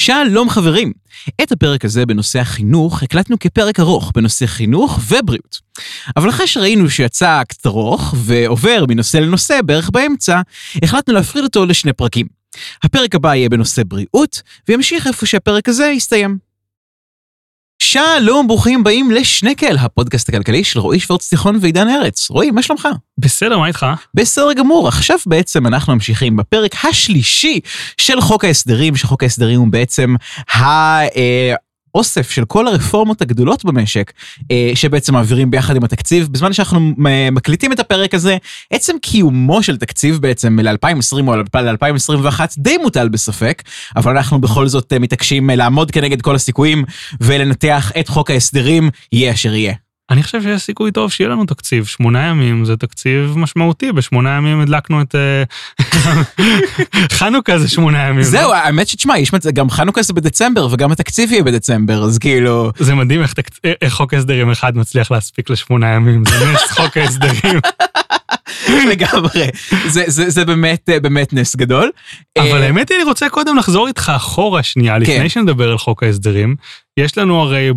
שלום חברים, את הפרק הזה בנושא החינוך הקלטנו כפרק ארוך בנושא חינוך ובריאות. אבל אחרי שראינו שיצא קצת ארוך ועובר מנושא לנושא בערך באמצע, החלטנו להפריד אותו לשני פרקים. הפרק הבא יהיה בנושא בריאות, וימשיך איפה שהפרק הזה יסתיים. שלום, ברוכים הבאים לשנקל, הפודקאסט הכלכלי של רועי שוורץ תיכון ועידן ארץ. רועי, מה שלומך? בסדר, מה איתך? בסדר גמור. עכשיו בעצם אנחנו ממשיכים בפרק השלישי של חוק ההסדרים, שחוק ההסדרים הוא בעצם האוסף של כל הרפורמות הגדולות במשק, שבעצם מעבירים ביחד עם התקציב. בזמן שאנחנו מקליטים את הפרק הזה, עצם קיומו של תקציב בעצם ל-2020 או ל-2021 די מוטל בספק, אבל אנחנו בכל זאת מתעקשים לעמוד כנגד כל הסיכויים, ולנתח את חוק ההסדרים, יהיה אשר יהיה. אני חושב שיש סיכוי טוב שיהיה לנו תקציב. 8 ימים זה תקציב משמעותי, ב8 ימים הדלקנו את חנוכה זה 8 ימים. זהו, האמת שתשמע, יש גם חנוכה זה בדצמבר, וגם התקציב יהיה בדצמבר, אז כאילו... זה מדהים איך חוק ההסדרים אחד מצליח להספיק ל8 ימים, זה נס חוק ההסדרים. לגמרי, זה באמת נס גדול. אבל האמת היא, אני רוצה קודם לחזור איתך אחורה שנייה, לפני שנדבר על חוק ההסדרים. יש לנו הרי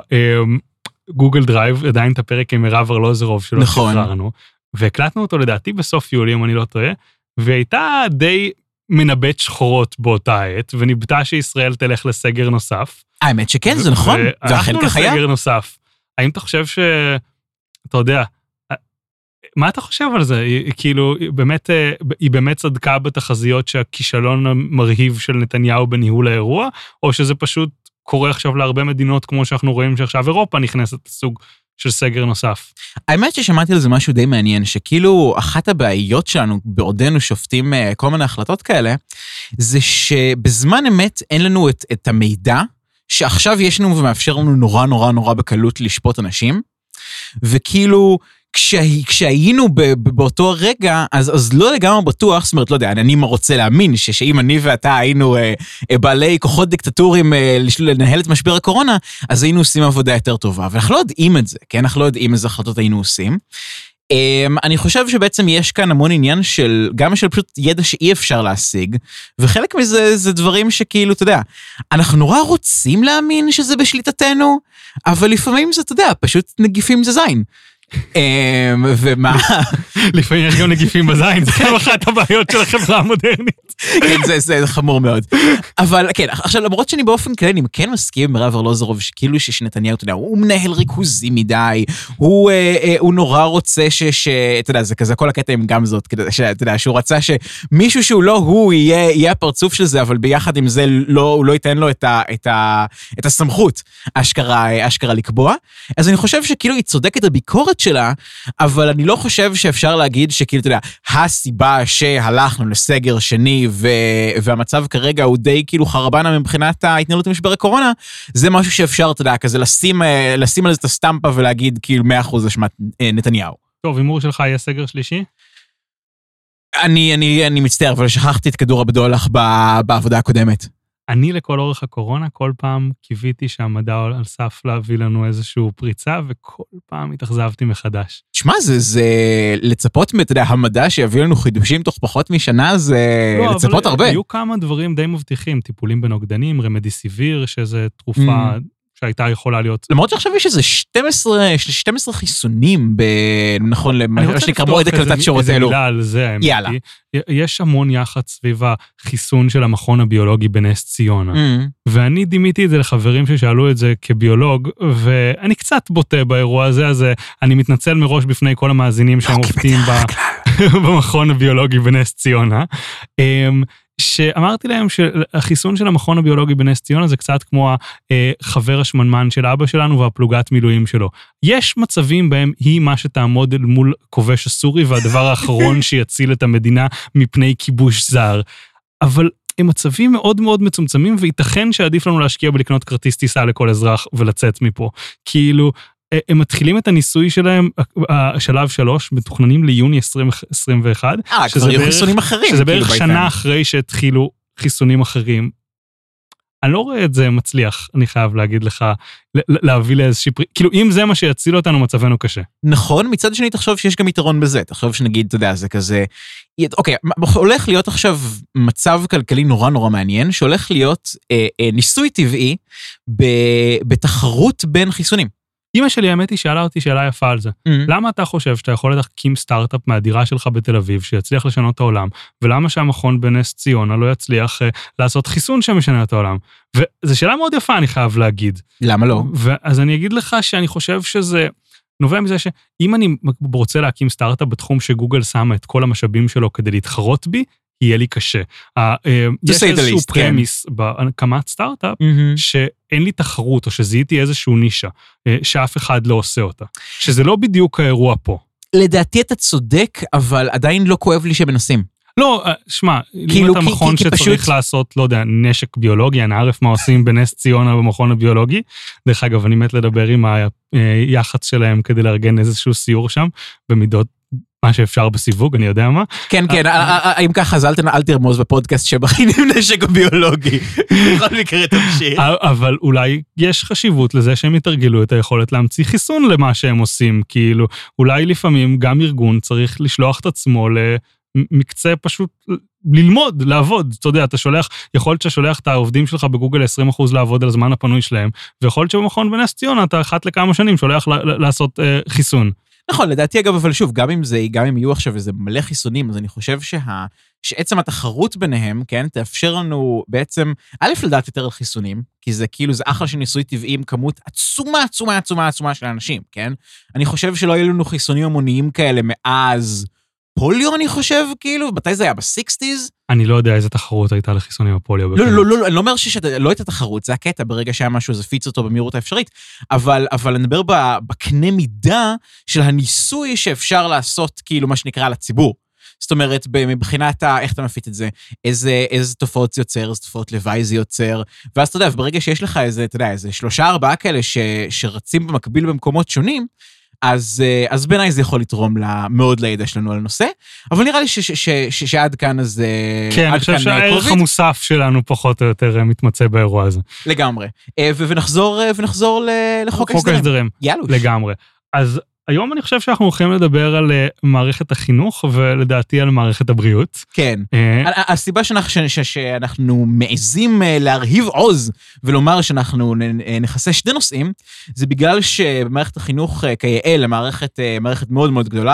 גוגל דרייב, עדיין את הפרק עם מירב ארלוזרוב שלא שחררנו, והקלטנו אותו לדעתי בסוף יולי, אם אני לא טועה, והייתה די מנבט שחורות באותה עת, וניבטה שישראל תלך לסגר נוסף. האמת שכן, זה נכון, ואכן כך היה. לסגר נוסף. האם אתה חושב אתה יודע, מה אתה חושב על זה? כאילו, היא באמת צדקה בתחזיות שהכישלון המרהיב של נתניהו בניהול האירוע, או שזה פשוט קורה עכשיו להרבה מדינות, כמו שאנחנו רואים שעכשיו אירופה נכנסת לסוג של סגר נוסף. האמת ששמעתי על זה משהו די מעניין, שכאילו אחת הבעיות שלנו בעודנו שופטים כל מיני החלטות כאלה, זה שבזמן אמת אין לנו את המידע, שעכשיו יש לנו ומאפשר לנו נורא נורא נורא בקלות לשפוט אנשים, וכאילו כשהיינו באותו רגע, אז לא לגמרי בטוח, זאת אומרת, לא יודע, אני רוצה להאמין שאם אני ואתה היינו בעלי כוחות דיקטטוריים לנהל את משבר הקורונה, אז היינו עושים עבודה יותר טובה, אבל אנחנו לא יודעים את זה, כן? אנחנו לא יודעים איזה החלטות היינו עושים. אני חושב שבעצם יש כאן המון עניין גם של פשוט ידע שאי אפשר להשיג, וחלק מזה זה דברים שכאילו, אתה יודע, אנחנו נורא רוצים להאמין שזה בשליטתנו, אבל לפעמים זה, אתה יודע, פשוט נגיפים זה זין. ומה? לפעמים יש גם נגיפים בזין, זה גם אחת הבעיות של החברה המודרנית. כן, זה חמור מאוד. אבל כן, עכשיו למרות שאני באופן כללי, אני כן מסכים עם מירב ארלוזרוב, שכאילו שנתניהו, אתה יודע, הוא מנהל ריכוזי מדי, הוא נורא רוצה אתה יודע, זה כזה כל הקטע עם גם זאת, אתה יודע, שהוא רצה שמישהו שהוא לא הוא יהיה הפרצוף של זה, אבל ביחד עם זה הוא לא ייתן לו את הסמכות, אשכרה לקבוע. אז אני חושב שכאילו היא צודקת הביקורת שלה, אבל אני לא חושב שאפשר להגיד שכאילו, אתה יודע, הסיבה שהלכנו לסגר שני, והמצב כרגע הוא די כאילו חרבנה מבחינת ההתנהלות במשבר הקורונה, זה משהו שאפשר, אתה יודע, כזה לשים על זה את הסטמפה ולהגיד כאילו 100% אשמת נתניהו. טוב, הימור שלך יהיה סגר שלישי? אני מצטער, אבל שכחתי את כדור הבדולח בעבודה הקודמת. אני לכל אורך הקורונה, כל פעם קיוויתי שהמדע על סף להביא לנו איזשהו פריצה, וכל פעם התאכזבתי מחדש. תשמע, זה לצפות, אתה יודע, המדע שיביא לנו חידושים תוך פחות משנה, זה לצפות הרבה. היו כמה דברים די מבטיחים, טיפולים בנוגדנים, רמדיסיביר, שזה תרופה שהייתה יכולה להיות... למרות שעכשיו יש איזה 12 חיסונים, נכון, למה שנקרא מועד הקלטת שורות האלו. איזה מילה על זה, האמת היא. יש המון יח"צ סביב החיסון של המכון הביולוגי בנס ציונה. ואני דימיתי את זה לחברים ששאלו את זה כביולוג, ואני קצת בוטה באירוע הזה, אז אני מתנצל מראש בפני כל המאזינים שהם עובדים במכון הביולוגי בנס ציונה. שאמרתי להם שהחיסון של המכון הביולוגי בנס ציונה זה קצת כמו החבר השמנמן של אבא שלנו והפלוגת מילואים שלו. יש מצבים בהם היא מה שתעמוד מול כובש הסורי, והדבר האחרון שיציל את המדינה מפני כיבוש זר. אבל הם מצבים מאוד מאוד מצומצמים, וייתכן שעדיף לנו להשקיע בלקנות כרטיס טיסה לכל אזרח ולצאת מפה. כאילו, הם מתחילים את הניסוי שלהם, שלב 3, מתוכננים ליוני 2021. כבר יהיו חיסונים אחרים. שזה בערך שנה אחרי שהתחילו חיסונים אחרים. אני לא רואה את זה מצליח, אני חייב להגיד לך, להביא לאיזושהי כאילו, אם זה מה שיציל אותנו, מצבנו קשה. נכון, מצד שני תחשוב שיש גם יתרון בזה, תחשוב שנגיד, אתה יודע, זה כזה, אוקיי, הולך להיות עכשיו מצב כלכלי נורא נורא מעניין, שהולך להיות ניסוי טבעי בתחרות בין חיסונים. אמא שלי, האמת היא, שאלה אותי שאלה יפה על זה. למה אתה חושב שאתה יכול להקים סטארט-אפ מהדירה שלך בתל אביב, שיצליח לשנות את העולם, ולמה שהמכון בנס ציונה לא יצליח לעשות חיסון שמשנה את העולם? וזו שאלה מאוד יפה, אני חייב להגיד. למה לא? אז אני אגיד לך שאני חושב שזה נובע מזה שאם אני רוצה להקים סטארט-אפ בתחום שגוגל שמה את כל המשאבים שלו כדי להתחרות בי, יהיה לי קשה. יש איזשהו פרמיס בהקמת סטארט-אפ, שאין לי תחרות, או שזיהיתי איזשהו נישה, שאף אחד לא עושה אותה. שזה לא בדיוק האירוע פה. לדעתי אתה צודק, אבל עדיין לא כואב לי שמנסים. לא, שמע, אם אתה מכון שצריך לעשות, לא יודע, נשק ביולוגי, אני ערף מה עושים בנס ציונה במכון הביולוגי. דרך אגב, אני מת לדבר עם היח"צ שלהם כדי לארגן איזשהו סיור שם, במידות מה שאפשר בסיווג, אני יודע מה. כן, כן, אם ככה, אז אל תרמוז בפודקאסט שבכינים נשק ביולוגי. בכל מקרה תמשיך. אבל אולי יש חשיבות לזה שהם יתרגלו את היכולת להמציא חיסון למה שהם עושים, כאילו, אולי לפעמים גם ארגון צריך לשלוח את עצמו למקצה פשוט ללמוד, לעבוד. אתה יודע, אתה שולח, יכול להיות ששולח את העובדים שלך בגוגל 20% לעבוד על הזמן הפנוי שלהם, ויכול להיות שבמכון בנס ציונה אתה אחת לכמה שנים שולח לעשות חיסון. נכון, לדעתי אגב, אבל שוב, גם אם יהיו עכשיו איזה מלא חיסונים, אז אני חושב שעצם התחרות ביניהם, כן, תאפשר לנו בעצם, א' לדעת יותר על חיסונים, כי זה כאילו, זה אחלה של ניסוי טבעי עם כמות עצומה של אנשים, כן? אני חושב שלא יהיו לנו חיסונים המוניים כאלה מאז פוליו, אני חושב, כאילו, מתי זה היה? ב-60s? אני לא יודע איזה תחרות הייתה לחיסונים הפוליו. לא, אני לא אומר שלא הייתה תחרות, זה הקטע, ברגע שהיה משהו, זה פיץ אותו במהירות האפשרית, אבל אני מדבר בקנה מידה של הניסוי שאפשר לעשות, כאילו, מה שנקרא, לציבור. זאת אומרת, מבחינת איך אתה מפיץ את זה, איזה תופעות זה יוצר, איזה תופעות לוואי זה יוצר, ואז אתה יודע, ברגע שיש לך איזה 3-4 כאלה שרצים במקביל במקומות שונים, אז בעיניי זה יכול לתרום מאוד לידע שלנו על הנושא, אבל נראה לי שעד כאן אז... כן, אני חושב שהערך המוסף שלנו פחות או יותר מתמצא באירוע הזה. לגמרי. ונחזור לחוק ההסדרים. יאללה. לגמרי. אז היום אני חושב שאנחנו הולכים לדבר על מערכת החינוך, ולדעתי על מערכת הבריאות. כן. הסיבה שאנחנו מעזים להרהיב עוז, ולומר שאנחנו נכסה שני נושאים, זה בגלל שבמערכת החינוך כיאה למערכת מאוד מאוד גדולה,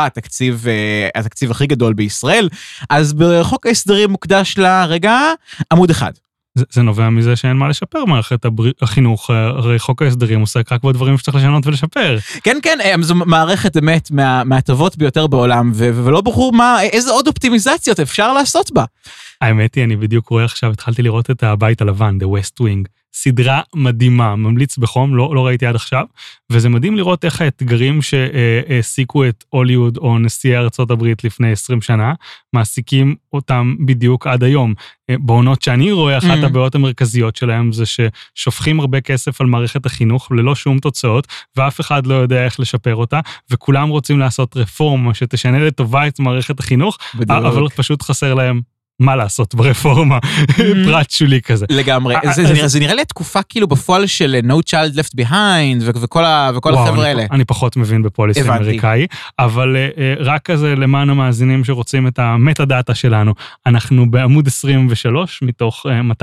התקציב הכי גדול בישראל, אז בחוק ההסדרים מוקדש לרגע עמוד אחד. זה נובע מזה שאין מה לשפר מערכת החינוך, הרי חוק ההסדרים עוסק רק בדברים שצריך לשנות ולשפר. כן, כן, זו מערכת אמת מהטובות ביותר בעולם, ולא ברור איזה עוד אופטימיזציות אפשר לעשות בה. האמת היא, אני בדיוק רואה עכשיו, התחלתי לראות את הבית הלבן, The West Wing, סדרה מדהימה, ממליץ בחום, לא ראיתי עד עכשיו, וזה מדהים לראות איך האתגרים שהעסיקו את הוליווד או נשיאי ארצות הברית לפני 20 שנה, מעסיקים אותם בדיוק עד היום. בעונות שאני רואה, אחת הבעיות המרכזיות שלהם זה ששופכים הרבה כסף על מערכת החינוך ללא שום תוצאות, ואף אחד לא יודע איך לשפר אותה, וכולם רוצים לעשות רפורמה שתשנה לטובה את מערכת החינוך, אבל פשוט חסר להם מה לעשות ברפורמה, פרט שולי כזה. לגמרי, זה נראה לי תקופה כאילו בפועל של No Child Left Behind וכל החבר'ה האלה. אני פחות מבין בפוליסי אמריקאי, אבל רק כזה למען המאזינים שרוצים את המטה דאטה שלנו, אנחנו בעמוד 23 מתוך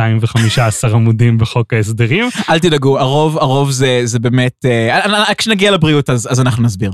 215 עמודים בחוק ההסדרים. אל תדאגו, הרוב זה באמת, כשנגיע לבריאות אז אנחנו נסביר.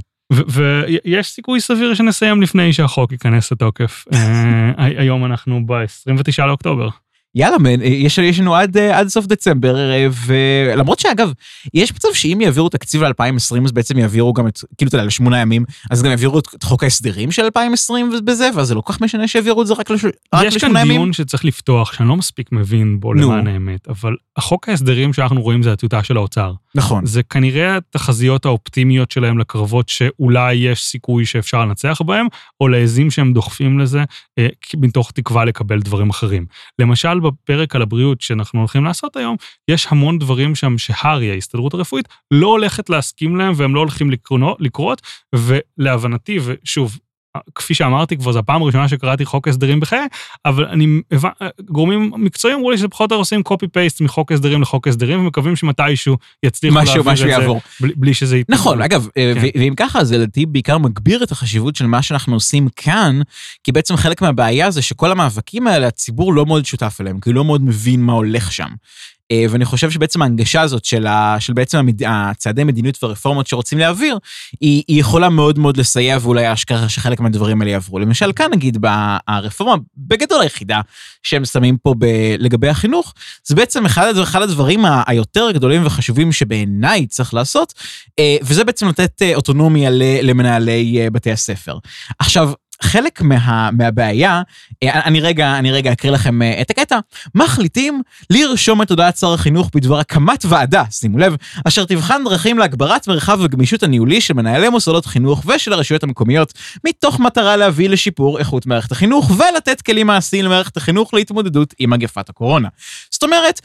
ויש סיכוי סביר שנסיים לפני שהחוק ייכנס לתוקף. היום אנחנו ב-29 לאוקטובר. יאללה, יש לנו עד סוף דצמבר, ולמרות שאגב, יש מצב שאם יעבירו תקציב ל-2020, אז בעצם יעבירו גם את, כאילו אתה יודע, ל8 ימים, אז גם יעבירו את חוק ההסדרים של 2020 ובזה, ואז זה לא כל כך משנה שיעבירו את זה רק ל8 ימים. יש כאן דיון שצריך לפתוח, שאני לא מספיק מבין בו למען האמת, אבל החוק ההסדרים שאנחנו רואים זה הטיוטה של האוצר. נכון. זה כנראה התחזיות האופטימיות שלהם לקרבות שאולי יש סיכוי שאפשר לנצח בהם, או לעזים שהם דוחפים לזה, מתוך תקווה לקבל דברים אחרים. למשל, בפרק על הבריאות שאנחנו הולכים לעשות היום, יש המון דברים שם שהרי, ההסתדרות הרפואית, לא הולכת להסכים להם, והם לא הולכים לקרות, ולהבנתי, ושוב, כפי שאמרתי כבר, זו הפעם הראשונה שקראתי חוק הסדרים בחיי, אבל גורמים מקצועיים אמרו לי שזה פחות עושים copy-paste מחוק הסדרים לחוק הסדרים, ומקווים שמתישהו יצליחו להעביר את זה, בלי שזה יתקבל. נכון, אגב, ואם ככה, זה לדעתי בעיקר מגביר את החשיבות של מה שאנחנו עושים כאן, כי בעצם חלק מהבעיה זה שכל המאבקים האלה, הציבור לא מאוד שותף אליהם, כי הוא לא מאוד מבין מה הולך שם. ואני חושב שבעצם ההנגשה הזאת של בעצם הצעדי מדיניות ורפורמות שרוצים להעביר, היא יכולה מאוד מאוד לסייע, ואולי האשכרה שחלק מהדברים האלה יעברו. למשל, כאן נגיד, הרפורמה בגדול היחידה שהם שמים פה לגבי החינוך, זה בעצם אחד הדברים היותר גדולים וחשובים שבעיניי צריך לעשות, וזה בעצם לתת אוטונומיה למנהלי בתי הספר. עכשיו, חלק מהבעיה, אני רגע אקריא לכם את הקטע, מחליטים לרשום את הודעת שר החינוך בדבר הקמת ועדה, שימו לב, אשר תבחן דרכים להגברת מרחב וגמישות הניהולי של מנהלי מוסדות חינוך ושל הרשויות המקומיות, מתוך מטרה להביא לשיפור איכות מערכת החינוך, ולתת כלים מעשיים למערכת החינוך להתמודדות עם מגפת הקורונה. זאת אומרת,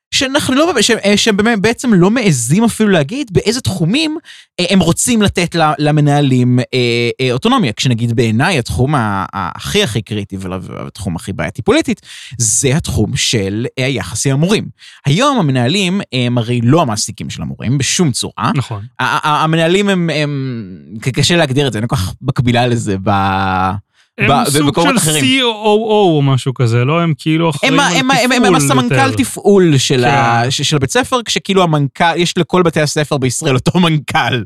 שהם בעצם לא מעזים אפילו להגיד באיזה תחומים הם רוצים לתת למנהלים אוטונומיה. כשנגיד בעיניי התחום הכי קריטי והתחום הכי בעייתי פוליטית, זה התחום של היחס עם המורים. היום המנהלים הם הרי לא המעסיקים של המורים בשום צורה. נכון. המנהלים הם קשה להגדיר את זה, אני כל כך מקבילה לזה הם סוג של COO או משהו כזה, לא? הם כאילו אחראים על תפעול. הם הסמנכ"ל תפעול של בית ספר, כשכאילו המנכ"ל, יש לכל בתי הספר בישראל אותו מנכ"ל,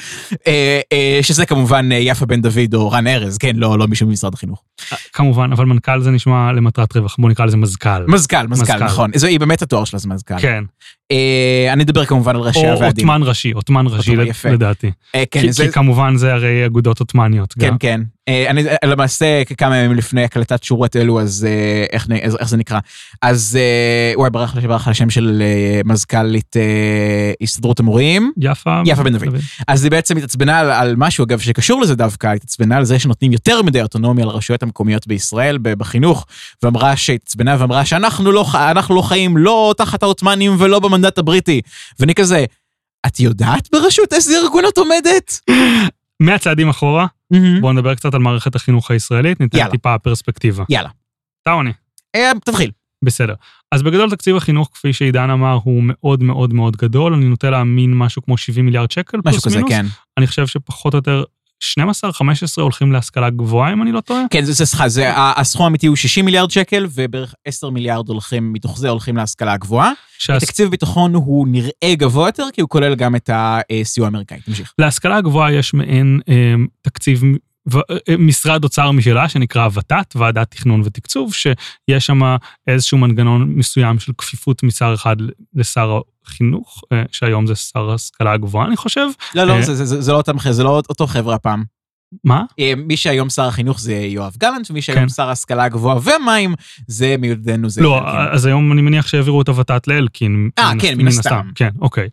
שזה כמובן יפה בן דוד או רן ארז, כן, לא מישהו ממשרד החינוך. כמובן, אבל מנכ"ל זה נשמע למטרת רווח, בוא נקרא לזה מזכ"ל. מזכ"ל, נכון. היא באמת התואר שלה, זה מזכ"ל. כן. אני אדבר כמובן על ראשי הוועדים. או עותמן ראשי לדעתי. כי כמובן זה הרי אגודות עותמניות. כן. אני למעשה כמה ימים לפני הקלטת שורות אלו, אז איך זה נקרא? אז ברח לשם של מזכ"לית הסתדרות המורים. יפה בן דוד. אז היא בעצם התעצבנה על משהו, אגב, שקשור לזה דווקא, התעצבנה על זה שנותנים יותר מדי אוטונומיה לרשויות המקומיות בישראל, בחינוך, ואמרה שהתעצבנה ואמרה שאנחנו לא חיים לא תחת העותמנים ולא במנדט הבריטי. ואני כזה, את יודעת ברשות איזה ארגון את עומדת? מהצעדים אחורה, בואו נדבר קצת על מערכת החינוך הישראלית, ניתן טיפה פרספקטיבה. יאללה. טעוני. תתחיל. בסדר. אז בגדול תקציב החינוך, כפי שעידן אמר, הוא מאוד מאוד מאוד גדול, אני נוטה להאמין משהו כמו 70 מיליארד שקל, משהו כזה, כן. אני חושב שפחות או יותר 12-15 הולכים להשכלה גבוהה, אם אני לא טועה. כן, הסכום האמיתי הוא 60 מיליארד שקל, ובערך 10 מיליארד מתוך זה הולכים להשכלה הגבוהה. תקציב ביטחון הוא נראה גבוה יותר, כי הוא כולל גם את הסיוע האמריקאי. תמשיך. להשכלה הגבוהה יש מעין תקציב משרד אוצר משלה, שנקרא ות"ת, ועדת תכנון ותקצוב, שיש שם איזשהו מנגנון מסוים של כפיפות משר אחד לשר החינוך, שהיום זה שר ההשכלה הגבוהה, אני חושב. לא, זה לא אותו חבר'ה הפעם. מה? מי שהיום שר החינוך זה יואב גלנט, ומי שהיום שר ההשכלה הגבוהה ומים, זה מיודדנו זה. לא, אז היום אני מניח שהעבירו את הוות"ת לאלקין. כן, מן הסתם. כן, אוקיי.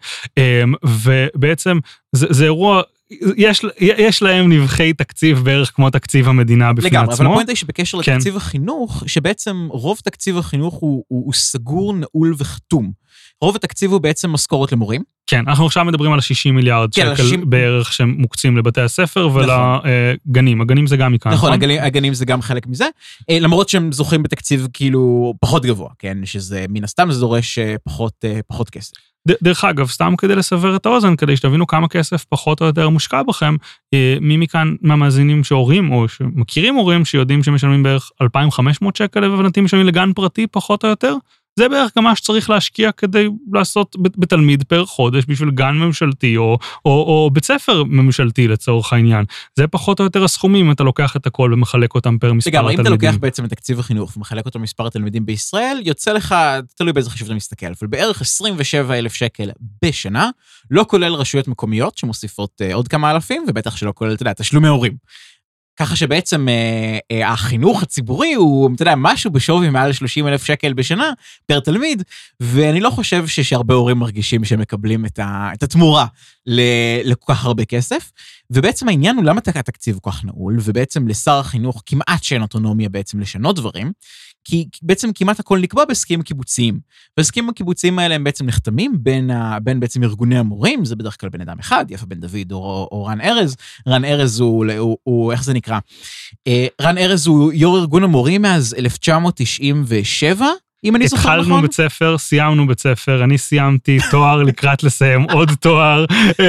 ובעצם זה אירוע, יש להם נבחי תקציב בערך כמו תקציב המדינה בפני עצמו. לגמרי, אבל הפואנטה היא שבקשר לתקציב החינוך, שבעצם רוב תקציב החינוך הוא סגור, נעול וחתום. רוב התקציב הוא בעצם משכורות למורים. כן, אנחנו עכשיו מדברים על 60 מיליארד שקל בערך שמוקצים לבתי הספר ולגנים. הגנים זה גם מכאן. נכון, הגנים זה גם חלק מזה, למרות שהם זוכים בתקציב כאילו פחות גבוה, כן, שזה מן הסתם זה דורש פחות כסף. דרך אגב, סתם כדי לסבר את האוזן, כדי שתבינו כמה כסף פחות או יותר מושקע בכם, מי מכאן מהמאזינים שהורים או שמכירים הורים שיודעים שמשלמים בערך 2,500 שקל ובנתים משלמים לגן פרטי פחות או יותר, זה בערך גם מה שצריך להשקיע כדי לעשות בתלמיד פר חודש בשביל גן ממשלתי או בית ספר ממשלתי לצורך העניין. זה פחות או יותר הסכומים, אתה לוקח את הכל ומחלק אותם פר מספר התלמידים. אם אתה לוקח בעצם את תקציב החינוך ומחלק אותו מספר התלמידים בישראל, יוצא לך, תלוי באיזה חשוב אתה מסתכל, אבל בערך 27,000 שקל בשנה, לא כולל רשויות מקומיות שמוסיפות עוד כמה אלפים, ובטח שלא כולל, אתה יודע, תשלומי הורים. ככה שבעצם החינוך הציבורי הוא, אתה יודע, משהו בשווי מעל 30,000 שקל בשנה פר תלמיד, ואני לא חושב שהרבה הורים מרגישים שהם מקבלים את התמורה לכל כך הרבה כסף, ובעצם העניין הוא למה התקציב כל כך נעול, ובעצם לשר החינוך כמעט שאין אוטונומיה בעצם לשנות דברים, כי בעצם כמעט הכל נקבע בהסכמים קיבוציים, והסכמים הקיבוציים האלה הם בעצם נחתמים בין בעצם ארגוני המורים, זה בדרך כלל בן אדם אחד, יפה בן דוד או רן ארז, רן ארז הוא איך זה נקרא? רן ארז הוא יו"ר ארגון המורים מאז 1997, אם אני זוכר נכון. התחלנו בית ספר, סיימנו בית ספר, אני סיימתי תואר לקראת לסיים עוד תואר,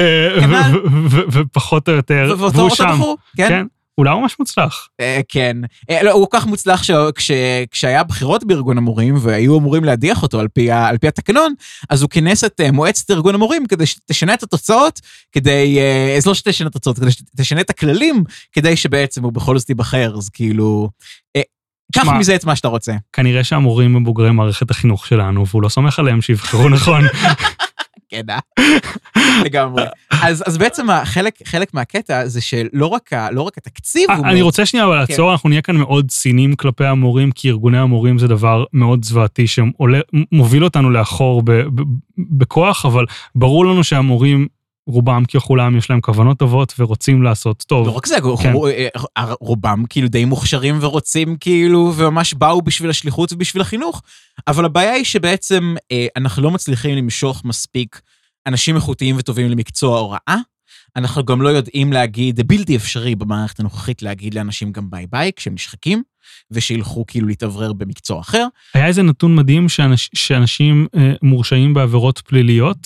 ופחות או יותר, והוא שם. כן. אולי הוא ממש מוצלח. כן. הוא כל כך מוצלח כשהיה בחירות בארגון המורים, והיו אמורים להדיח אותו על פי התקנון, אז הוא כינס את מועצת ארגון המורים, כדי שתשנה את התוצאות, אז לא שתשנה את התוצאות, כדי שתשנה את הכללים, כדי שבעצם הוא בכל זאת ייבחר, אז כאילו... קח מזה את מה שאתה רוצה. כנראה שהמורים הם בוגרי מערכת החינוך שלנו, והוא לא סומך עליהם שיבחרו נכון. כן, לגמרי. אז בעצם חלק מהקטע זה שלא רק התקציב... אני רוצה שנייה לעצור, אנחנו נהיה כאן מאוד צינים כלפי המורים, כי ארגוני המורים זה דבר מאוד זוועתי, שמוביל אותנו לאחור בכוח, אבל ברור לנו שהמורים... רובם ככולם יש להם כוונות טובות ורוצים לעשות טוב. לא רק זה, רובם כאילו די מוכשרים ורוצים כאילו, וממש באו בשביל השליחות ובשביל החינוך, אבל הבעיה היא שבעצם אנחנו לא מצליחים למשוך מספיק אנשים איכותיים וטובים למקצוע ההוראה, אנחנו גם לא יודעים להגיד, זה בלתי אפשרי במערכת הנוכחית להגיד לאנשים גם ביי ביי כשהם נשחקים, ושילכו כאילו להתעברר במקצוע אחר. היה איזה נתון מדהים שאנשים מורשעים בעבירות פליליות,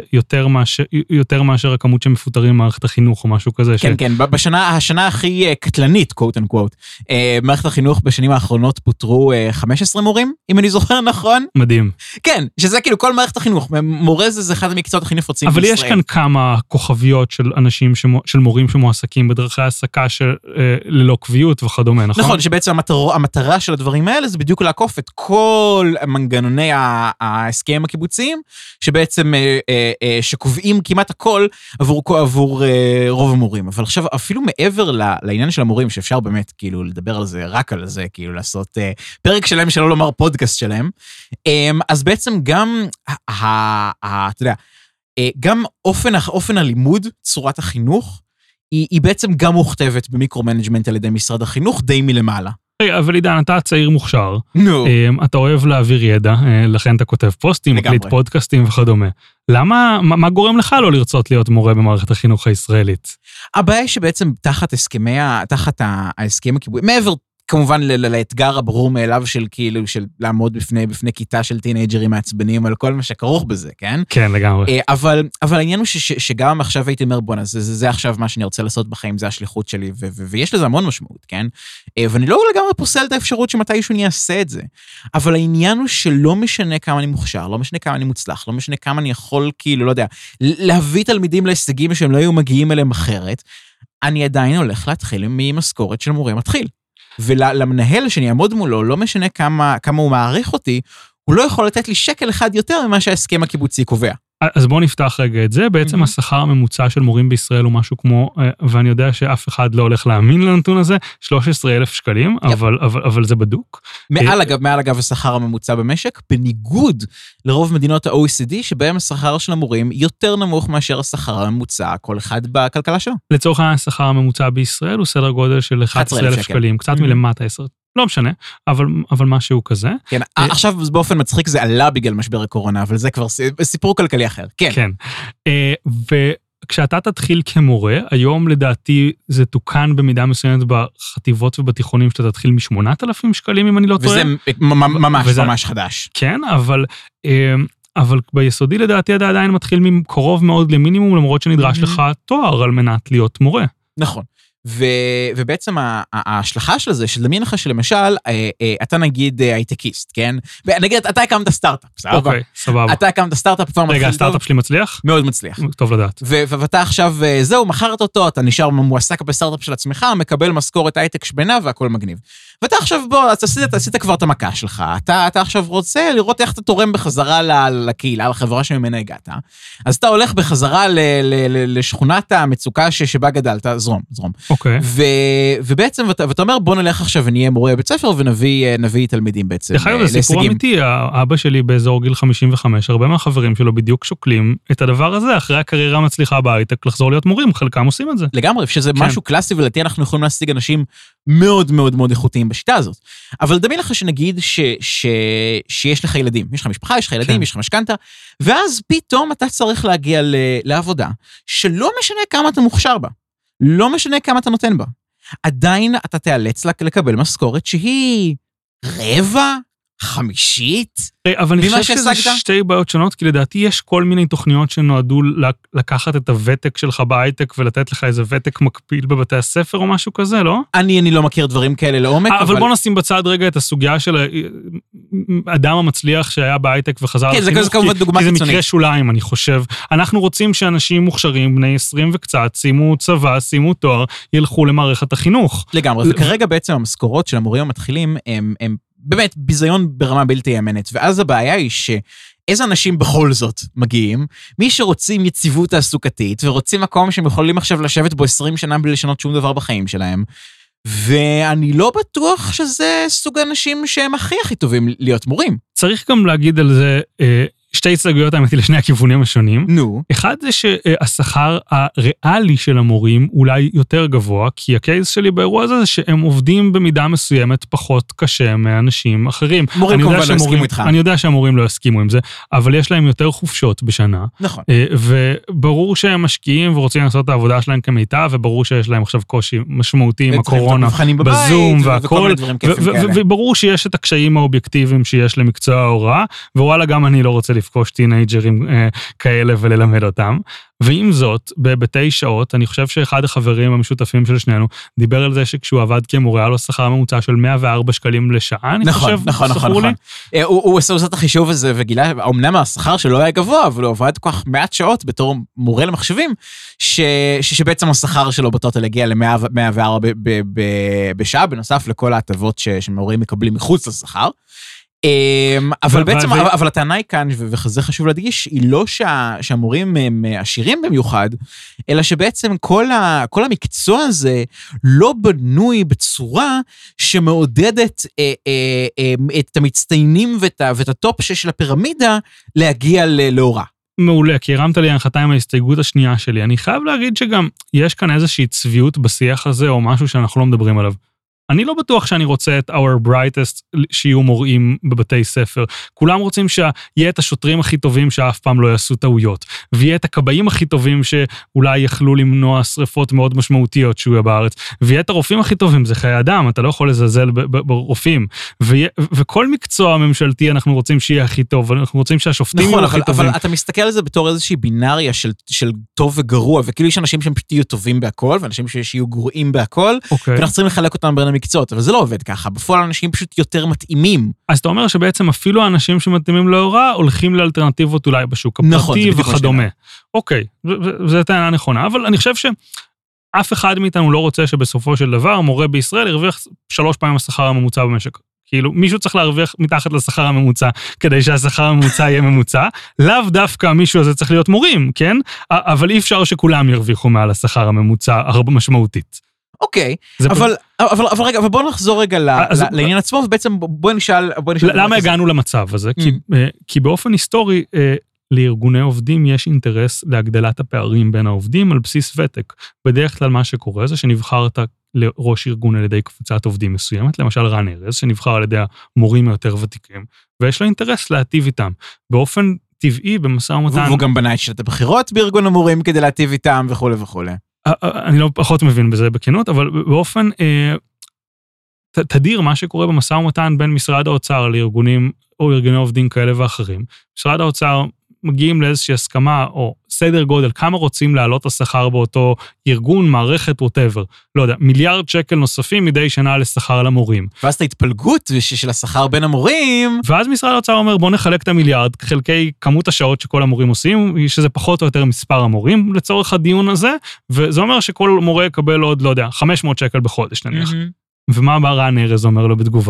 יותר מאשר הכמות שמפוטרים במערכת החינוך או משהו כזה. כן, כן, השנה הכי קטלנית, קוט אנד קוט, מערכת החינוך בשנים האחרונות פוטרו 15 מורים, אם אני זוכר נכון. מדהים. כן, שזה כאילו כל מערכת החינוך, מורה זה אחד המקצועות הכי נפוצים בישראל. אבל יש כאן כמה כוכביות של אנשים, של מורים שמועסקים בדרכי העסקה ללא קביעות וכדומה, נכון? נכון, שבעצם המטרה של הדברים האלה זה בדיוק לעקוף את כל מנגנוני ההסכמים הקיבוציים, שבעצם שקובעים כמעט הכל עבור רוב המורים. אבל עכשיו, אפילו מעבר לעניין של המורים, שאפשר באמת כאילו לדבר על זה, רק על זה, כאילו לעשות פרק שלהם, שלא לומר פודקאסט שלהם, אז בעצם גם, אתה יודע, גם אופן הלימוד, צורת החינוך, היא בעצם גם מוכתבת במיקרו-מנג'מנט על ידי משרד החינוך, די מלמעלה. אבל עידן, אתה צעיר מוכשר, אתה אוהב להעביר ידע, לכן אתה כותב פוסטים, מקליט פודקאסטים וכדומה. מה גורם לך לא לרצות להיות מורה במערכת החינוך הישראלית? הבעיה היא שבעצם תחת ההסכם הקיבוצי, מעבר כמובן לאתגר הברור מאליו של כאילו, של לעמוד בפני כיתה של טינאג'רים מעצבנים על כל מה שכרוך בזה, כן? כן, לגמרי. אבל העניין הוא שגם עכשיו הייתי אומר, בוא, זה עכשיו מה שאני רוצה לעשות בחיים, זה השליחות שלי, ויש לזה המון משמעות, כן? ואני לא לגמרי פוסל את האפשרות שמתישהו אני אעשה את זה. אבל העניין הוא שלא משנה כמה אני מוכשר, לא משנה כמה אני מוצלח, לא משנה כמה אני יכול, כאילו, לא יודע, להביא תלמידים להישגים שהם לא היו מגיעים אליהם אחרת, אני עדיין הולך להתחיל ממשכורת של מורה מתחיל. ולמנהל שאני אעמוד מולו, לא משנה כמה הוא מעריך אותי, הוא לא יכול לתת לי שקל אחד יותר ממה שההסכם הקיבוצי קובע. אז בואו נפתח רגע את זה, בעצם השכר הממוצע של מורים בישראל הוא משהו כמו, ואני יודע שאף אחד לא הולך להאמין לנתון הזה, 13,000 שקלים, אבל זה בדוק. מעל אגב השכר הממוצע במשק, בניגוד לרוב מדינות ה-OECD, שבהם השכר של המורים יותר נמוך מאשר השכר הממוצע, כל אחד בכלכלה שלו. לצורך השכר הממוצע בישראל הוא סדר גודל של 11,000 שקלים, קצת מלמטה 10. לא משנה, אבל משהו כזה. כן, עכשיו באופן מצחיק זה עלה בגלל משבר הקורונה, אבל זה כבר סיפור כלכלי אחר. כן. כן. וכשאתה תתחיל כמורה, היום לדעתי זה תוקן במידה מסוימת בחטיבות ובתיכונים, שאתה תתחיל מ8,000 שקלים, אם אני לא טועה. וזה ממש חדש. כן, אבל ביסודי לדעתי אתה עדיין מתחיל מקרוב מאוד למינימום, למרות שנדרש לך תואר על מנת להיות מורה. נכון. ובעצם ההשלכה של זה, שדמיין לך שלמשל, אתה נגיד הייטקיסט, כן? ונגיד, אתה הקמת סטארט-אפ, סבבה? אוקיי, סבבה. אתה הקמת סטארט-אפ, רגע, הסטארט-אפ שלי מצליח? מאוד מצליח. טוב לדעת. ואתה עכשיו, זהו, מחרת אותו, אתה נשאר מועסק בסטארט-אפ של עצמך, מקבל משכורת הייטק שבינה והכל מגניב. ואתה עכשיו, בוא, עשית כבר את המכה שלך, אתה עכשיו רוצה לראות איך אתה תורם בחזרה לקהילה, לחברה שממנה הגעת. אז אתה הולך בחזרה לשכונת המצוקה שבה גדלת, זרום. אוקיי. ובעצם, ואתה אומר, בוא נלך עכשיו ונהיה מורה בית ספר, ונביא תלמידים בעצם. דרך אגב, זה סיפור אמיתי, האבא שלי באזור גיל 55, הרבה מהחברים שלו בדיוק שוקלים את הדבר הזה, אחרי הקריירה מצליחה בהייטק, לחזור להיות מורים, חלקם עושים את זה. לגמרי, שזה משהו קלאסי, ולדעתי אנחנו יכולים להשיג אנשים מאוד מאוד מאוד איכותיים בשיטה הזאת. אבל דמיין לך שנגיד שיש לך ילדים, יש לך משפחה, יש לך ילדים, יש לך משכנתה, ואז פתאום אתה צריך להגיע לעבודה, שלא משנה כמה אתה מוכשר בה, לא משנה כמה אתה נותן בה. עדיין אתה תיאלץ לקבל משכורת שהיא רבע, חמישית. אבל אני חושב שזה שתי בעיות שונות, כי לדעתי יש כל מיני תוכניות שנועדו לקחת את הוותק שלך בהייטק, ולתת לך איזה ותק מקפיל בבתי הספר או משהו כזה, לא? אני לא מכיר דברים כאלה לעומק. אבל בוא נשים בצד רגע את הסוגיה של האדם המצליח שהיה בהייטק וחזר לחינוך, כי זה מקרה שוליים, אני חושב. אנחנו רוצים שאנשים מוכשרים, בני 20 וקצת, שימו צבא, שימו תואר, ילכו למערכת החינוך. לגמרי, וכרגע בעצם המשכורות של המורים המתחילים הם באמת ביזיון ברמה בלתי יאמנת, ואז הבעיה היא שאיזה אנשים בכל זאת מגיעים, מי שרוצים יציבות תעסוקתית, ורוצים מקום שהם יכולים עכשיו לשבת בו 20 שנה בלי לשנות שום דבר בחיים שלהם, ואני לא בטוח שזה סוג האנשים שהם הכי טובים להיות מורים. צריך גם להגיד על זה שתי הצגויות האמיתי לשני הכיוונים השונים. נו. אחד זה שהשכר הריאלי של המורים אולי יותר גבוה, כי הקייס שלי באירוע הזה זה שהם עובדים במידה מסוימת פחות קשה מאנשים אחרים. מורים כמובן לא הסכימו איתך. אני יודע שהמורים לא הסכימו עם זה, אבל יש להם יותר חופשות בשנה. נכון. וברור שהם משקיעים ורוצים לעשות את העבודה שלהם כמיטב, וברור שיש להם עכשיו קושי משמעותי עם הקורונה, בזום והכל, וברור שיש את הקשיים האובייקטיביים שיש למקצוע ההוראה, ווואלה גם אני לא רוצה לפגוש טינאג'רים כאלה וללמד אותם. ועם זאת, ב9 שעות, אני חושב שאחד החברים המשותפים של שנינו, דיבר על זה שכשהוא עבד כמורה, היה לו שכר ממוצע של 104 שקלים לשעה, אני חושב, נכון. הוא עושה את החישוב הזה וגילה, אמנם השכר שלו היה גבוה, אבל הוא עבד כל כך מעט שעות בתור מורה למחשבים, שבעצם השכר שלו בטוטל הגיע ל104 בשעה, בנוסף לכל ההטבות שמורים מקבלים מחוץ לשכר. אבל בעצם, אבל הטענה היא כאן, וזה חשוב להדגיש, היא לא שהמורים הם עשירים במיוחד, אלא שבעצם כל המקצוע הזה לא בנוי בצורה שמעודדת את המצטיינים ואת הטופ של הפירמידה להגיע להוראה. מעולה, כי הרמת לי הנחתה עם ההסתייגות השנייה שלי. אני חייב להגיד שגם יש כאן איזושהי צביעות בשיח הזה, או משהו שאנחנו לא מדברים עליו. אני לא בטוח שאני רוצה את our brightest שיהיו מורים בבתי ספר. כולם רוצים שיהיה את השוטרים הכי טובים שאף פעם לא יעשו טעויות, ויהיה את הקבעים הכי טובים שאולי יכלו למנוע שריפות מאוד משמעותיות שהוא בארץ, ויהיה את הרופאים הכי טובים, זה חיי אדם, אתה לא יכול לזלזל ברופאים, וכל מקצוע ממשלתי אנחנו רוצים שיהיה הכי טוב, אנחנו רוצים שהשופטים יהיו הכי טובים. אבל אתה מסתכל על זה בתור איזושהי בינריה של טוב וגרוע, וכאילו יש אנשים שהם פשוט יהיו טובים בהכל, ואנשים שיהיו גרועים בהכל, ואנחנו צריכים לחלק אותם בין המקצועות, אבל זה לא עובד ככה, בפועל אנשים פשוט יותר מתאימים. אז אתה אומר שבעצם אפילו האנשים שמתאימים להוראה, הולכים לאלטרנטיבות אולי בשוק הפרטי וכדומה. אוקיי, זו טענה נכונה, אבל אני חושב שאף אחד מאיתנו לא רוצה שבסופו של דבר, מורה בישראל ירוויח 3 פעמים השכר הממוצע במשק. כאילו, מישהו צריך להרוויח מתחת לשכר הממוצע, כדי שהשכר הממוצע יהיה ממוצע, לאו דווקא מישהו הזה צריך להיות מורים, כן? אבל אי אפשר שכולם ירוויחו מעל השכר הממוצע הרבה משמעותית. אוקיי, אבל רגע, ובואו נחזור רגע לעניין עצמו, ובעצם בואו נשאל... למה הגענו למצב הזה? כי באופן היסטורי, לארגוני עובדים יש אינטרס להגדלת הפערים בין העובדים על בסיס ותק. בדרך כלל מה שקורה זה שנבחרת לראש ארגון על ידי קבוצת עובדים מסוימת, למשל רן ארז, שנבחר על ידי המורים היותר ותיקים, ויש לו אינטרס להטיב איתם. באופן טבעי, במשא ומתן... והוא גם בנה את שיטת הבחירות בארגון המורים כדי להטיב איתם וכו' וכו'. אני לא פחות מבין בזה בכנות, אבל באופן תדיר מה שקורה במשא ומתן בין משרד האוצר לארגונים או ארגוני עובדים כאלה ואחרים. משרד האוצר מגיעים לאיזושהי הסכמה או סדר גודל, כמה רוצים להעלות השכר באותו ארגון, מערכת, whatever. לא יודע, 1 מיליארד שקל נוספים מדי שנה לשכר למורים. ואז את ההתפלגות של השכר בין המורים. ואז משרד האוצר אומר, בוא נחלק את המיליארד, חלקי כמות השעות שכל המורים עושים, שזה פחות או יותר מספר המורים לצורך הדיון הזה, וזה אומר שכל מורה יקבל עוד, לא יודע, 500 שקל בחודש נניח. ומה רן ארז אומר לו בתגובה?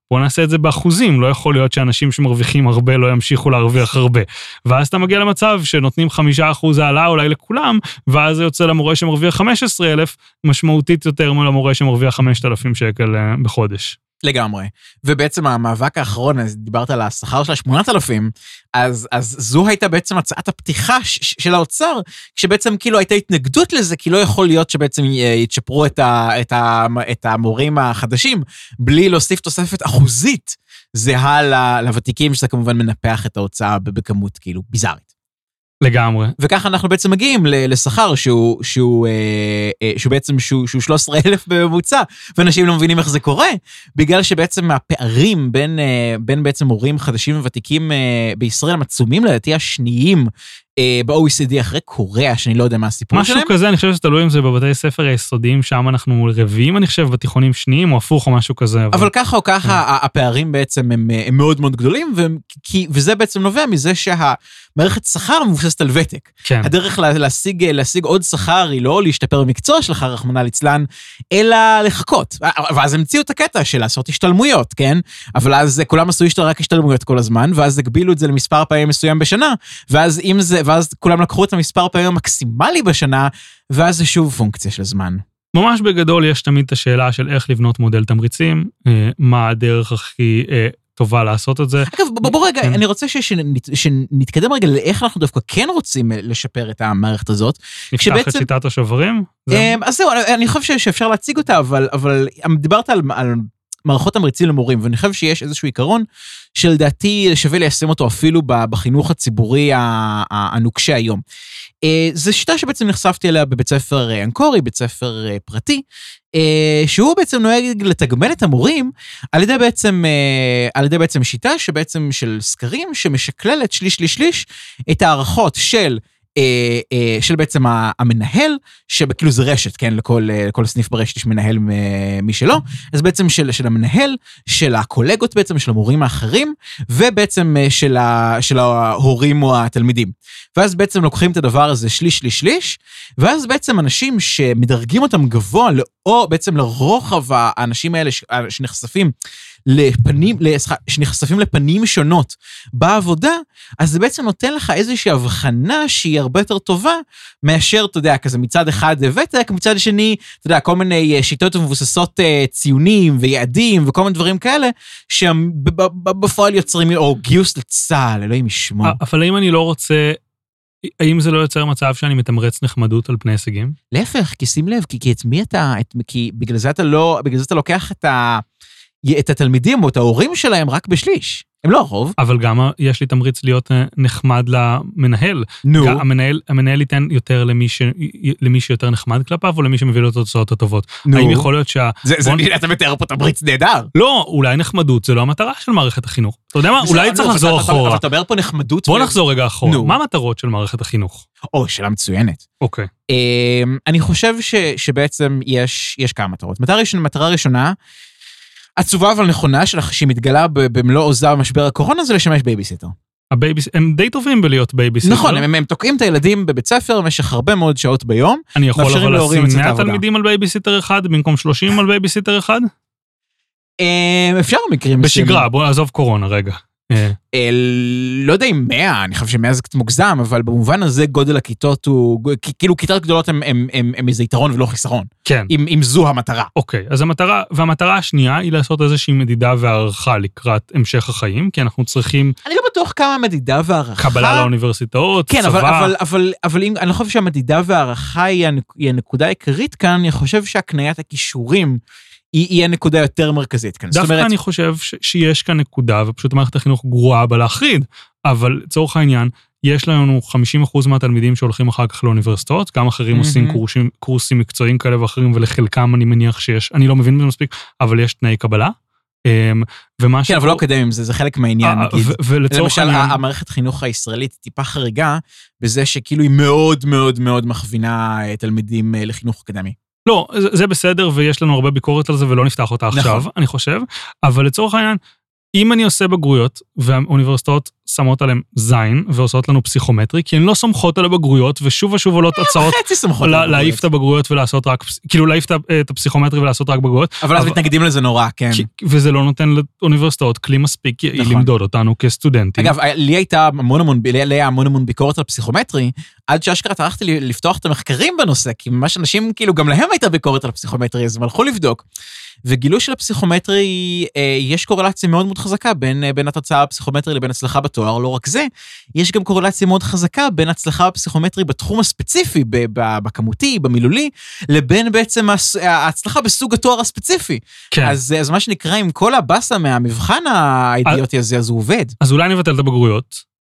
בוא נעשה את זה באחוזים, לא יכול להיות שאנשים שמרוויחים הרבה לא ימשיכו להרוויח הרבה. ואז אתה מגיע למצב שנותנים 5% העלה אולי לכולם, ואז זה יוצא למורה שמרוויח 15,000, משמעותית יותר מלמורה שמרוויח 5,000 שקל בחודש. לגמרי. ובעצם המאבק האחרון, אז דיברת על השכר של 8,000, אז זו הייתה בעצם הצעת הפתיחה של האוצר, כשבעצם כאילו הייתה התנגדות לזה, כי לא יכול להיות שבעצם יתשפרו את המורים החדשים, בלי להוסיף תוספת אחוזית, זהה לוותיקים, שזה כמובן מנפח את ההוצאה בכמות כאילו ביזארית. לגמרי. וככה אנחנו בעצם מגיעים לשכר שהוא בעצם 13,000 בממוצע, ואנשים לא מבינים איך זה קורה, בגלל שבעצם הפערים בין בעצם מורים חדשים וותיקים בישראל עצומים לדעתי השניים ב-OECD אחרי קוריאה, שאני לא יודע מה הסיפור שלהם. משהו כזה, אני חושב שזה תלוי אם זה בבתי ספר היסודיים, שם אנחנו רביעים, אני חושב, בתיכונים שניים, או הפוך או משהו כזה. אבל ככה או ככה, הפערים בעצם הם מאוד מאוד גדולים, וזה בעצם נובע מזה שהמערכת שכר מבוססת על ותק. הדרך להשיג עוד שכר היא לא להשתפר במקצוע שלך, רחמנא ליצלן, אלא לחכות. ואז המציאו את הקטע של לעשות השתלמויות, כן? אבל אז כולם עשו רק השתלמויות כל הזמן, ואז הגבילו את זה למספר פעמים מסוים בשנה, ואז כולם לקחו את המספר פעמים המקסימלי בשנה, ואז זה שוב פונקציה של זמן. ממש בגדול יש תמיד את השאלה של איך לבנות מודל תמריצים, מה הדרך הכי טובה לעשות את זה. אגב, בוא רגע, אני רוצה שנתקדם רגע לאיך אנחנו דווקא כן רוצים לשפר את המערכת הזאת. נפתח את שיטת השוברים? אז זהו, אני חושב שאפשר להציג אותה, אבל דיברת על מערכות תמריצים למורים, ואני חושב שיש איזשהו עיקרון שלדעתי שווה ליישם אותו אפילו בחינוך הציבורי הנוקשה היום. זו שיטה שבעצם נחשפתי אליה בבית ספר אנקורי, בית ספר פרטי, שהוא בעצם נוהג לתגמל את המורים על ידי בעצם שיטה שבעצם של סקרים שמשקללת שליש את הערכות של בעצם המנהל, שכאילו זה רשת, כן, לכל סניף ברשת יש מנהל משלו, אז בעצם של המנהל, של הקולגות בעצם, של המורים האחרים, ובעצם של ההורים או התלמידים. ואז בעצם לוקחים את הדבר הזה שליש, ואז בעצם אנשים שמדרגים אותם גבוה, או בעצם לרוחב האנשים האלה שנחשפים לפנים שונות בעבודה, אז זה בעצם נותן לך איזושהי הבחנה שהיא הרבה יותר טובה, מאשר, אתה יודע, כזה מצד אחד ותק, מצד שני, אתה יודע, כל מיני שיטות מבוססות ציונים ויעדים וכל מיני דברים כאלה, שבפועל יוצרים, או גיוס לצהל, אלוהים ישמור. אבל אם אני לא רוצה, האם זה לא יוצר מצב שאני מתמרץ נחמדות על פני הישגים? להפך, כי שים לב, כי את מי אתה, כי בגלל זה אתה לוקח את התלמידים או את ההורים שלהם רק בשליש. הם לא הרוב. אבל גם יש לי תמריץ להיות נחמד למנהל. נו. המנהל ייתן יותר למי שיותר נחמד כלפיו, או למי שמביא לו את התוצאות הטובות. נו. האם יכול להיות אתה מתאר פה תמריץ נהדר. לא, אולי נחמדות, זה לא המטרה של מערכת החינוך. אתה יודע מה? אולי צריך לחזור אחורה. אבל אתה אומר פה נחמדות. בוא נחזור רגע אחורה. מה המטרות של מערכת החינוך? שאלה מצוינת. אוקיי. אני חושב שבעצם יש כמה מטרות. מטרה ראשונה, עצובה אבל נכונה שהיא מתגלה במלוא עוזה במשבר הקורונה, זה לשמש בייביסיטר. הם די טובים בלהיות בייביסיטר. נכון, הם תוקעים את הילדים בבית ספר במשך הרבה מאוד שעות ביום. אני יכול אבל לשים 100 תלמידים על בייביסיטר אחד, במקום 30 על בייביסיטר אחד? אפשר במקרים. בשגרה, בוא נעזוב קורונה רגע. לא יודע אם 100, אני חושב ש100 זה קצת מוגזם, אבל במובן הזה גודל הכיתות הוא, כאילו כיתות גדולות הם איזה יתרון ולא חיסרון. כן. אם זו המטרה. אוקיי, אז והמטרה השנייה היא לעשות איזושהי מדידה והערכה לקראת המשך החיים, כי אנחנו צריכים... אני לא בטוח כמה מדידה והערכה. קבלה לאוניברסיטאות, כן, צבא. אבל אני חושב שהמדידה והערכה היא הנקודה העיקרית כאן, אני חושב שהקניית הכישורים היא הנקודה יותר מרכזית כאן. דווקא אני חושב שיש כאן נקודה, ופשוט מערכת החינוך גרועה בלהחריד, אבל לצורך העניין, יש לנו 50% מהתלמידים שהולכים אחר כך לאוניברסיטאות, גם אחרים עושים קורסים מקצועיים כאלה ואחרים, ולחלקם אני מניח שיש, אני לא מבין בזה מספיק, אבל יש תנאי קבלה. כן, אבל לא אקדמיים, זה חלק מהעניין, נגיד. למשל, המערכת חינוך הישראלית טיפה חריגה, בזה שכאילו היא מאוד מאוד מאוד מכווינה תלמידים לחינוך אקדמי. לא, זה בסדר, ויש לנו הרבה ביקורת על זה, ולא נפתח אותה עכשיו, אני חושב, אבל לצורך העניין, אם אני עושה בגרויות, והאוניברסיטאות שמות עליהם זין, ועושות לנו פסיכומטרי, כי הן לא סומכות על הבגרויות, ושוב ושוב עולות הצעות להעיף את הבגרויות ולעשות רק, כאילו להעיף את הפסיכומטרי ולעשות רק בגרויות. אבל אז מתנגדים לזה נורא, כן. וזה לא נותן לאוניברסיטאות כלי מספיק למדוד אותנו כסטודנטים. אגב, לי היה המון ביקורת על פסיכומטרי, עד שאשכרה טרחתי לפתוח את המחקרים בנושא, כי ממש אנשים, כאילו, גם להם הייתה ביקורת על הפסיכומטרי, אז הם הלכו לבדוק. וגילו שלפסיכומטרי יש קורלציה מאוד מאוד חזקה בין התוצאה הפסיכומטרי לבין הצלחה בתואר, לא רק זה, יש גם קורלציה מאוד חזקה בין הצלחה בפסיכומטרי בתחום הספציפי, בכמותי, במילולי, לבין בעצם ההצלחה בסוג התואר הספציפי. כן. אז מה שנקרא, עם כל הבאסה מהמבחן האידיוטי הזה, אז הוא עובד. אז אולי נבטל את הבגרויות?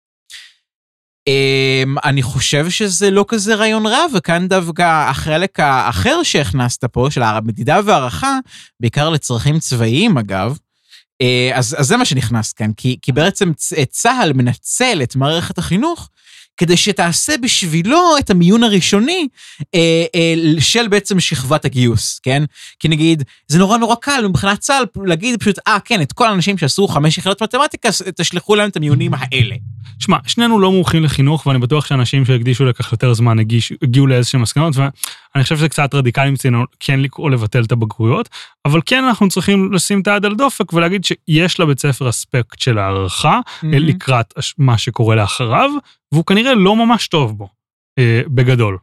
אני חושב שזה לא כזה רעיון רע, וכאן דווקא החלק האחר שהכנסת פה, של המדידה והערכה, בעיקר לצרכים צבאיים אגב, אז זה מה שנכנס כאן, כי בעצם צה"ל מנצל את מערכת החינוך, כדי שתעשה בשבילו את המיון הראשוני של בעצם שכבת הגיוס, כן? כי נגיד, זה נורא קל מבחינת צה"ל להגיד פשוט, כן, את כל האנשים שעשו 5 יחידות מתמטיקה, תשלחו להם את המיונים האלה. שמע, שנינו לא מומחים לחינוך, ואני בטוח שאנשים שהקדישו לכך יותר זמן הגיעו לאיזושהי מסקנות, ואני חושב שזה קצת רדיקלי מציינו, כן לקרוא לבטל את הבגרויות, אבל כן אנחנו צריכים לשים את היד על דופק, ולהגיד שיש לבית ספר אספקט של הערכה, לקראת מה שקורה לאחריו, והוא כנראה לא ממש טוב בו, בגדול.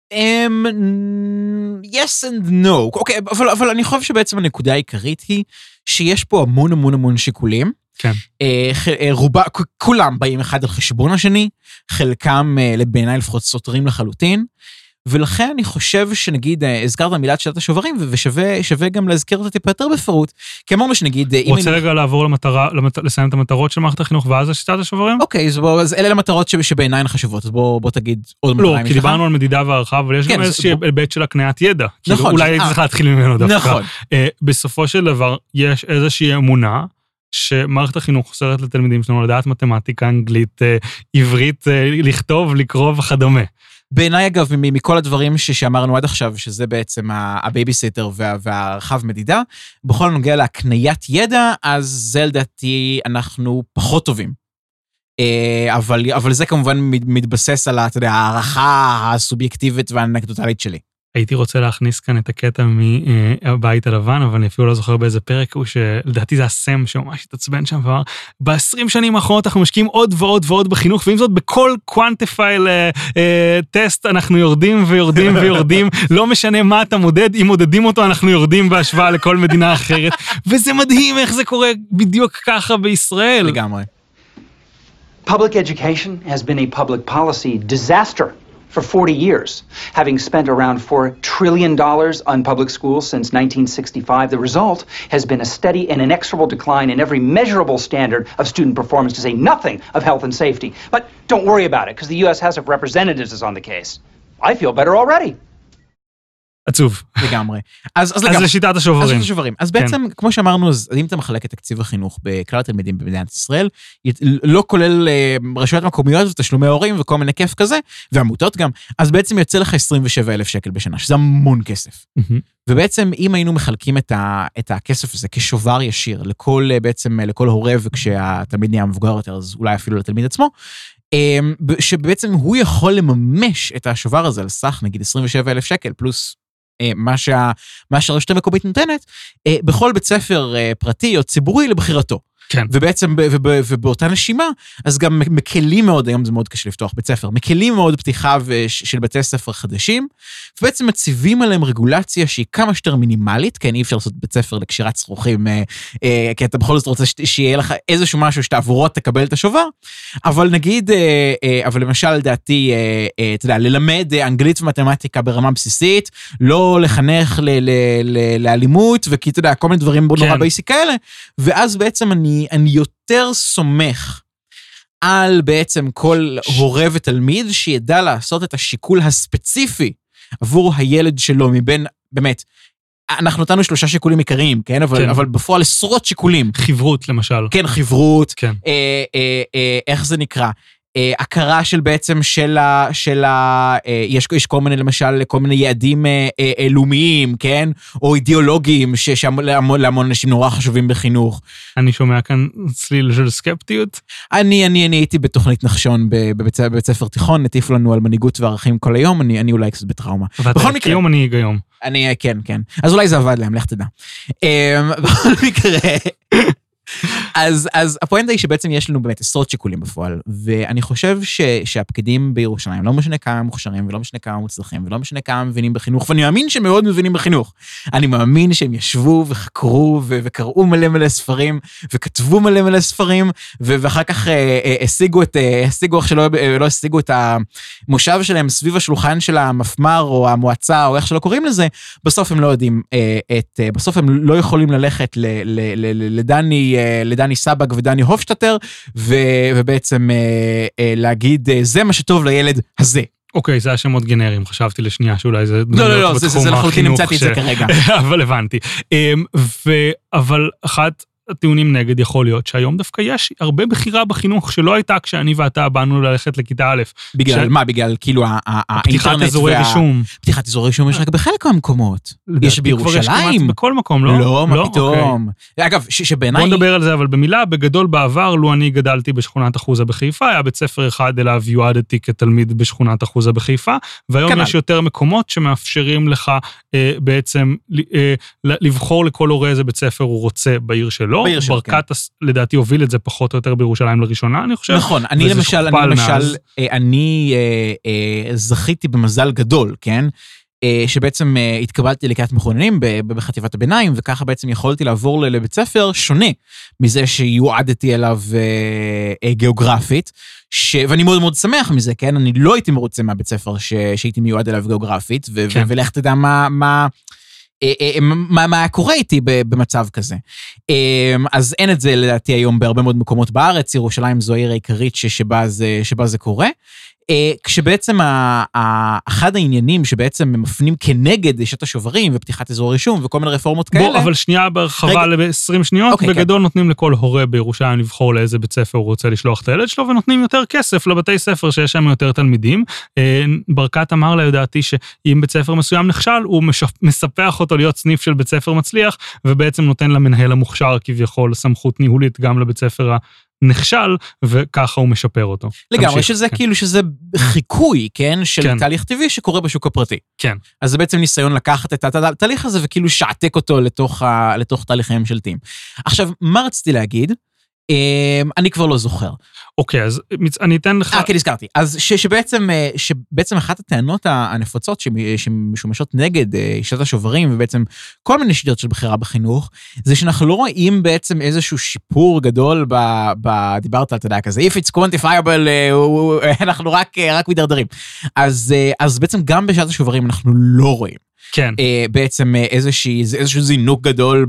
Yes and no. אוקיי, אבל אני חושב שבעצם הנקודה העיקרית היא, שיש פה המון שיקולים, כן. כולם באים אחד על חשבון השני, חלקם בעיניי לפחות סותרים לחלוטין, ולכן אני חושב שנגיד, הזכרת מילת שיטת השוברים, ושווה גם להזכיר אותה טיפה יותר בפירוט, כי אמרנו שנגיד... רוצה רגע לעבור לסיים את המטרות של מערכת החינוך, ואז שיטת השוברים? אוקיי, אז אלה המטרות שבעיניי הן חשובות, אז בוא תגיד עוד מטרה. לא, כי דיברנו על מדידה והערכה, אבל יש גם איזושהי היבט של הקניית ידע. נכון. אולי צריך להתחיל ממנו דווקא. נכון. בסופו של דבר, יש איזושהי אמונה, שמערכת החינוך אוסרת לתלמידים שלנו לדעת מתמטיקה, אנגלית, עברית, לכתוב, לקרוא וכדומה. בעיניי אגב, מכל הדברים שאמרנו עד עכשיו, שזה בעצם הבייביסיטר והרחב מדידה, בכל נוגע להקניית ידע, אז זה לדעתי אנחנו פחות טובים. אבל זה כמובן מתבסס על הערכה הסובייקטיבית והאנקדוטלית שלי. הייתי רוצה להכניס כאן את הקטע מהבית הלבן, אבל אני אפילו לא זוכר באיזה פרק, הוא שלדעתי זה הסם שממש התעצבן שם, ואמר, ב-20 שנים האחרונות אנחנו משקיעים עוד ועוד ועוד בחינוך, ועם זאת בכל quantify טסט אנחנו יורדים ויורדים ויורדים, לא משנה מה אתה מודד, אם מודדים אותו אנחנו יורדים בהשוואה לכל מדינה אחרת, וזה מדהים איך זה קורה בדיוק ככה בישראל. לגמרי. Public education has been a public policy disaster for 40 years, having spent around $4 trillion on public schools since 1965. The result has been a steady and inexorable decline in every measurable standard of student performance, to say nothing of health and safety. But don't worry about it, because the U.S. House of Representatives is on the case. I feel better already. עצוב. לגמרי. אז לשיטת השוברים. אז בעצם, כמו שאמרנו, אם אתה מחלק את תקציב החינוך בכלל התלמידים במדינת ישראל, לא כולל רשויות מקומיות ותשלומי הורים וכל מיני כיף כזה, ועמותות גם, אז בעצם יוצא לך 27,000 שקל בשנה, שזה המון כסף. ובעצם אם היינו מחלקים את הכסף הזה כשובר ישיר, לכל הורה, וכשהתלמיד נהיה מבוגר יותר, אז אולי אפילו לתלמיד עצמו, שבעצם הוא יכול לממש את השובר הזה על סך, נגיד 27,000 שקל, פלוס מה שהרשת המקומית נותנת, בכל בית ספר פרטי או ציבורי לבחירתו. כן. ובעצם, ובאותה נשימה, אז גם מקלים מאוד, היום זה מאוד קשה לפתוח בית ספר, מקלים מאוד פתיחה של בתי ספר חדשים, ובעצם מציבים עליהם רגולציה שהיא כמה שיותר מינימלית, כן, אי אפשר לעשות בית ספר לקשירת זכוכים, כי אתה בכל זאת רוצה שיהיה לך איזשהו משהו שתעבורו תקבל את השובר, אבל נגיד, אבל למשל, לדעתי, אתה יודע, ללמד אנגלית ומתמטיקה ברמה בסיסית, לא לחנך לאלימות, וכי אתה יודע, כל מיני דברים נורא בייסיק כאלה, ואז בעצם אני יותר סומך על בעצם כל הורה ותלמיד שידע לעשות את השיקול הספציפי עבור הילד שלו מבין, באמת, אנחנו נתנו 3 שיקולים עיקריים, כן? אבל בפועל עשרות שיקולים. חברות למשל. כן, חברות. כן. איך זה נקרא? הכרה של בעצם יש כל מיני, למשל, כל מיני יעדים לאומיים, כן? או אידיאולוגיים, להמון אנשים נורא חשובים בחינוך. אני שומע כאן צליל של סקפטיות. אני הייתי בתוכנית נחשון בבית ספר תיכון, נטיף לנו על מנהיגות וערכים כל היום, אני אולי קצת בטראומה. בכל מקרה. היום אני היום. כן. אז אולי זה עבד להם, לך תדע. בכל מקרה... אז הפואנטה היא שבעצם יש לנו באמת עשרות שיקולים בפועל, ואני חושב שהפקידים בירושלים, לא משנה כמה מוכשרים, ולא משנה כמה מוצלחים, ולא משנה כמה מבינים בחינוך, ואני מאמין שהם מאוד מבינים בחינוך. אני מאמין שהם ישבו וחקרו וקראו מלא ספרים, וכתבו מלא ספרים, ואחר כך השיגו איך שלא השיגו את המושב שלהם סביב השולחן של המפמ"ר, או המועצה, או איך שלא קוראים לזה, בסוף הם לא יודעים בסוף הם לא יכולים ללכת לדני סבג ודני הופשטטר, ובעצם להגיד, זה מה שטוב לילד הזה. אוקיי, זה השמות גנריים, חשבתי לשנייה שאולי זה... לא, זה לחלוטין נמצאתי את זה כרגע. אבל הבנתי. אבל אחת הטיעונים נגד יכול להיות שהיום דווקא יש הרבה בחירה בחינוך שלא הייתה כשאני ואתה באנו ללכת לכיתה א'. בגלל מה? בגלל כאילו פתיחת אזורי רישום. פתיחת אזורי רישום יש רק בחלק מהמקומות. יש בירושלים. בכל מקום, לא? לא, מה פתאום. אגב, שבעיניי... בוא נדבר על זה, אבל במילה, בגדול בעבר, לו אני גדלתי בשכונת אחוזה בחיפה, היה בית ספר אחד אליו יועדתי כתלמיד בשכונת אחוזה בחיפה, והיום יש יותר מקומות שמאפשרים לך בעצם לבחור לכל הורה איזה בית ספר הוא רוצה בעיר שלו. ברקת, לדעתי, הוביל את זה פחות או יותר בירושלים לראשונה, אני חושב. נכון, אני זכיתי במזל גדול, כן? שבעצם התקבלתי לקריית מחוננים בחטיבת הביניים, וככה בעצם יכולתי לעבור לבית ספר שונה מזה שיועדתי אליו גיאוגרפית, ואני מאוד מאוד שמח מזה, כן? אני לא הייתי מרוצה מהבית ספר שהייתי מיועד אליו גיאוגרפית, ולך תדע מה קורה איתי במצב כזה. אז אין את זה לדעתי היום בהרבה מאוד מקומות בארץ, ירושלים זו העיר העיקרית שבה זה קורה, כשבעצם אחד העניינים שבעצם מפנים כנגד שעת השוברים ופתיחת אזור רישום וכל מיני רפורמות כאלה. בוא, אבל שנייה ברחבה ל-20 שניות, בגדול נותנים לכל הורה בירושלים לבחור לאיזה בית ספר הוא רוצה לשלוח את הילד שלו, ונותנים יותר כסף לבתי ספר שיש שם יותר תלמידים. ברקת אמר לה, לדעתי, שאם בית ספר מסוים נכשל, הוא מספח אותו להיות סניף של בית ספר מצליח, ובעצם נותן למנהל המוכשר כביכול סמכות ניהולית גם לבית ספר נכשל, וככה הוא משפר אותו. לגמרי, שזה כאילו שזה חיקוי, כן, של תהליך טבעי שקורה בשוק הפרטי. כן. אז זה בעצם ניסיון לקחת את התהליך הזה, וכאילו שעתק אותו לתוך תהליכים ממשלתיים. עכשיו, מה רציתי להגיד? אני כבר לא זוכר. אוקיי, אז אני אתן לך... כן, הזכרתי. אז שבעצם אחת הטענות הנפוצות שמשומשות נגד שעת השוברים, ובעצם כל מיני שיטות של בחירה בחינוך, זה שאנחנו לא רואים בעצם איזשהו שיפור גדול דיברת על תדעה כזה, if it's quantifiable, אנחנו רק מדרדרים. אז בעצם גם בשעת השוברים אנחנו לא רואים. כן. בעצם איזשהו זינוק גדול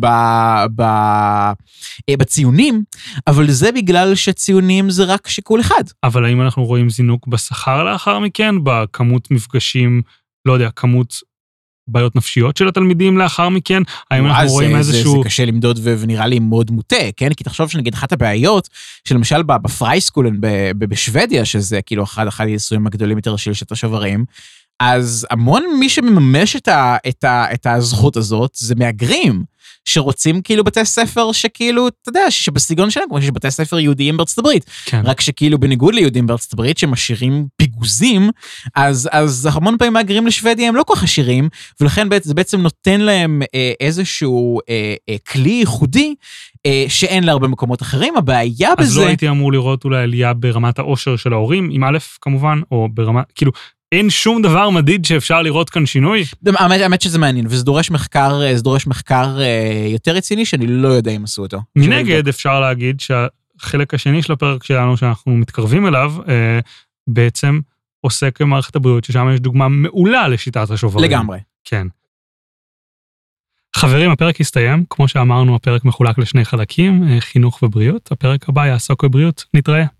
בציונים, אבל זה בגלל שציונים זה רק שיקול אחד. אבל האם אנחנו רואים זינוק בשכר לאחר מכן, בכמות מפגשים, לא יודע, כמות בעיות נפשיות של התלמידים לאחר מכן? האם אנחנו רואים איזשהו... זה קשה למדוד ונראה לי מאוד מוטה, כן? כי תחשוב שנגיד אחת הבעיות, שלמשל בפרייסקולן בשוודיה, שזה כאילו אחד היישומים הגדולים יותר של שעת השוברים, אז המון מי שמממש את הזכות הזאת, זה מהגרים, שרוצים כאילו בתי ספר שכאילו, אתה יודע, שבסגנון שלהם, כמו שיש בתי ספר יהודיים בארצות הברית, כן. רק שכאילו בניגוד ליהודים בארצות הברית, שמשאירים פיגוזים, אז המון פעמים מהגרים לשוודיה הם לא כל כך עשירים, ולכן זה בעצם נותן להם איזשהו כלי ייחודי, שאין להרבה מקומות אחרים, הבעיה בזה... אז לא הייתי אמור לראות אולי עלייה ברמת האושר של ההורים, עם א' כמובן, או ברמה, כאילו, אין שום דבר מדיד שאפשר לראות כאן שינוי? האמת שזה מעניין, וזה דורש מחקר יותר רציני, שאני לא יודע אם עשו אותו. מנגד, אפשר להגיד שהחלק השני של הפרק שלנו, שאנחנו מתקרבים אליו, בעצם עוסק במערכת הבריאות, ששם יש דוגמה מעולה לשיטת השוברים. לגמרי. כן. חברים, הפרק הסתיים. כמו שאמרנו, הפרק מחולק לשני חלקים, חינוך ובריאות. הפרק הבא יעסוק בבריאות. נתראה.